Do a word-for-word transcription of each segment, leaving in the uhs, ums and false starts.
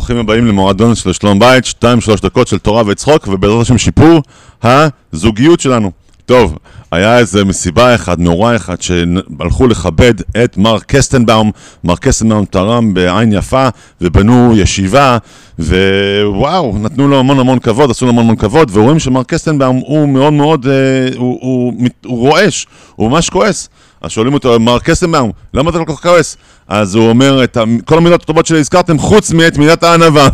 ברוכים הבאים למועדון של שלום בית, שתיים שלוש דקות של תורה וצחוק, ובעזרת השם שיפור הזוגיות שלנו. טוב, היה איזה מסיבה אחד, מאורע אחד, שהלכו לכבד את מר קסטנבאום. מר קסטנבאום תרם בעין יפה, ובנו ישיבה, ווואו, נתנו לו המון המון כבוד, עשו לו המון המון כבוד, ורואים שמר קסטנבאום הוא מאוד מאוד, אה, הוא, הוא, הוא, הוא רועש, הוא ממש כועס. אז שואלים אותו, מר קסטנבאום, למה אתה לא כל כך כועס? אז הוא אומר, את כל המילות הטובות שלי הזכרתם, חוץ מאת מידת הענווה.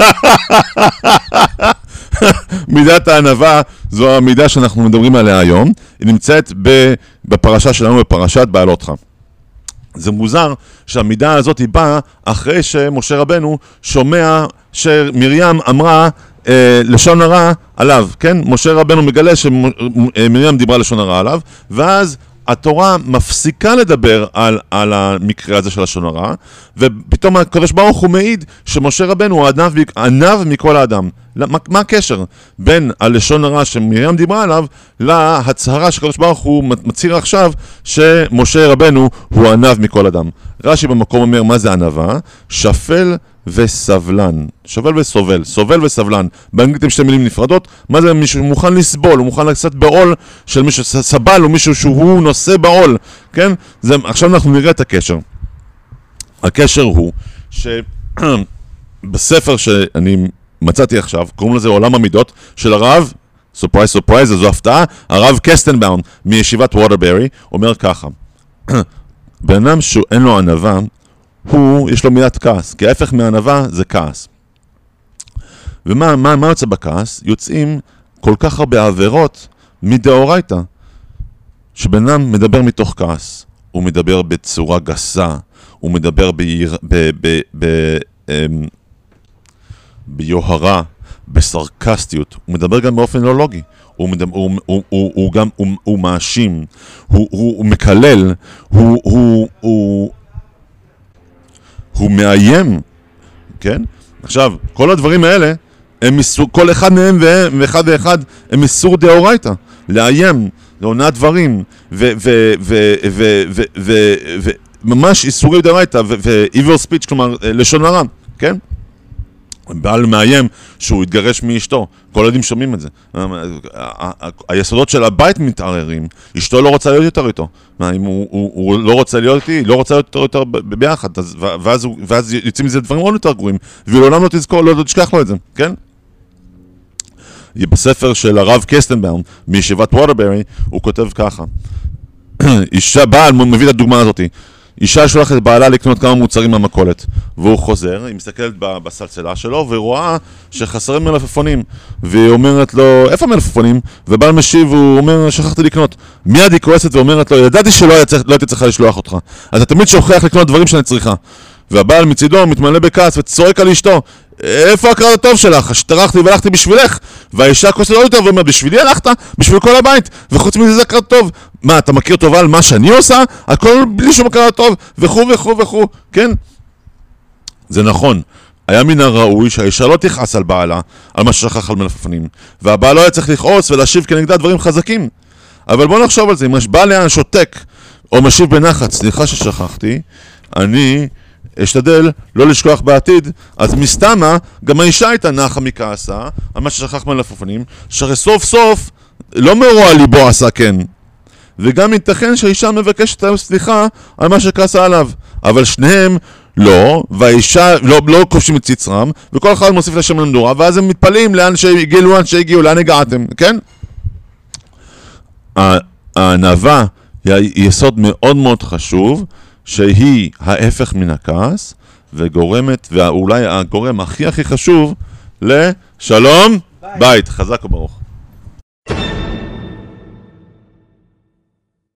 מידת הענווה, זו המידה שאנחנו מדברים עליה היום. היא נמצאת בפרשה שלנו, בפרשת בעלותך. זה מוזר שהמידה הזאת היא באה אחרי שמשה רבנו שומע שמרים אמרה אה, לשון הרע עליו, כן? משה רבנו מגלה שמרים דיברה לשון הרע עליו, ואז התורה מפסיקה לדבר על, על המקרה הזה של לשון הרע, ופתאום הקדוש ברוך הוא מעיד שמשה רבנו הוא ענב, ענב מכל האדם. מה, מה הקשר בין הלשון הרע שמרים דיברה עליו להצהרה שקדוש ברוך הוא מצהיר עכשיו שמשה רבנו הוא ענב מכל אדם? רש"י במקום אומר מה זה ענווה? שפל וסבלן, שפל וסובל, סובל וסבלן. באנגלית הם שתי מילים נפרדות. מה זה? מישהו מוכן לסבול, הוא מוכן לקצת בעול של מישהו סבל, או מישהו שהוא נושא בעול, כן? זה, עכשיו אנחנו נראה את הקשר. הקשר הוא שבספר שאני מצאתי עכשיו, קוראים לזה עולם המידות, של הרב, סופרייז סופרייז, זו הפתעה, הרב קסטנבאום מישיבת ווטרברי, אומר ככה, בן אדם שאין לו ענווה, הוא, יש לו מידת כעס, כי ההפך מהענווה זה כעס. ומה מה, מה יוצא בכעס? יוצאים כל כך הרבה עבירות מדאורייתא, שבן אדם מדבר מתוך כעס, הוא מדבר בצורה גסה, הוא מדבר ביר, ב, ב, ב, ב, ביוהרה, בסרקסטיות, הוא מדבר גם באופן לא לוגי, הוא, מדבר, הוא, הוא, הוא, הוא גם, הוא, הוא מאשים, הוא, הוא, הוא מקלל, הוא, הוא, הוא הוא מאיים, כן? עכשיו, כל הדברים האלה, הם מסור, כל אחד מהם ואחד ואחד, הם מסור דאורייתא, לאיים, לעונת דברים, וממש איסורי דאורייתא, ו-evil speech, כלומר, לשון הרע, כן? בעל מאיים שהוא יתגרש מאשתו, כל הילדים שומעים את זה. היסודות של הבית מתערערים, אשתו לא רוצה להיות יותר איתו. מה, אם הוא, הוא, הוא לא רוצה להיות איתי, לא רוצה להיות יותר ביחד, אז, ואז, ואז יוצאים מזה דברים מאוד יותר גרועים, ולעולם לא תזכור, לא תשכח לו את זה, כן? בספר של הרב קסטנבאום, מישיבת ווטרברי, הוא כותב ככה, אישה, בעל מביא את הדוגמה הזאת, אישה שולחת את בעלה לקנות כמה מוצרים מהמכולת, והוא חוזר, היא מסתכלת בסלסלה שלו, ורואה שחסרים מלפפונים, והיא אומרת לו, איפה מלפפונים? ובעל משיב, הוא אומר, שכחתי לקנות. מיד היא כועסת ואומרת לו, ידעתי שלא לא הייתי צריכה לשלוח אותך, אתה תמיד שוכח לקנות דברים שאני צריכה. והבעל מצידו מתמלא בכעס וצורק על אשתו, איפה הקראת הטוב שלך? שטרחתי והלכתי בשבילך. והאישה כוסת עוד יותר ואומרת, בשבילי הלכת? בשביל כל הבית, וחוץ מזה זה הקראת טוב. מה, אתה מכיר טובה על מה שאני עושה? הכל בלי שום הקראת טוב, וכו וכו וכו, כן? זה נכון. היה מן הראוי שהאישה לא תכעס על בעלה, על מה ששכח על מלפפונים, והבעל לא היה צריך לכעוס ולהשיב כנגדה דברים חזקים. אבל בוא נחשוב על זה, אם בעל היה שותק, או משיב בנחת, סליחה ששכחתי, אני אשתדל לא לשכוח בעתיד, אז מסתמה, גם האישה הייתה נחה מכעסה, על מה ששכח מלפפונים, שהרי סוף סוף, לא מרוע ליבו עשה כן. וגם ייתכן שהאישה מבקשת סליחה על מה שכעסה עליו. אבל שניהם לא, והאישה לא, לא כובשים את ציצרם, וכל אחד מוסיף לשם למדורה, ואז הם מתפלאים לאן שהגיעו, לאן שהגיעו, לאן הגעתם, כן? הענווה היא יסוד מאוד מאוד חשוב, שהיא ההפך מן הכעס, וגורמת, ואולי הגורם הכי הכי חשוב, לשלום בית. בית. חזק וברוך.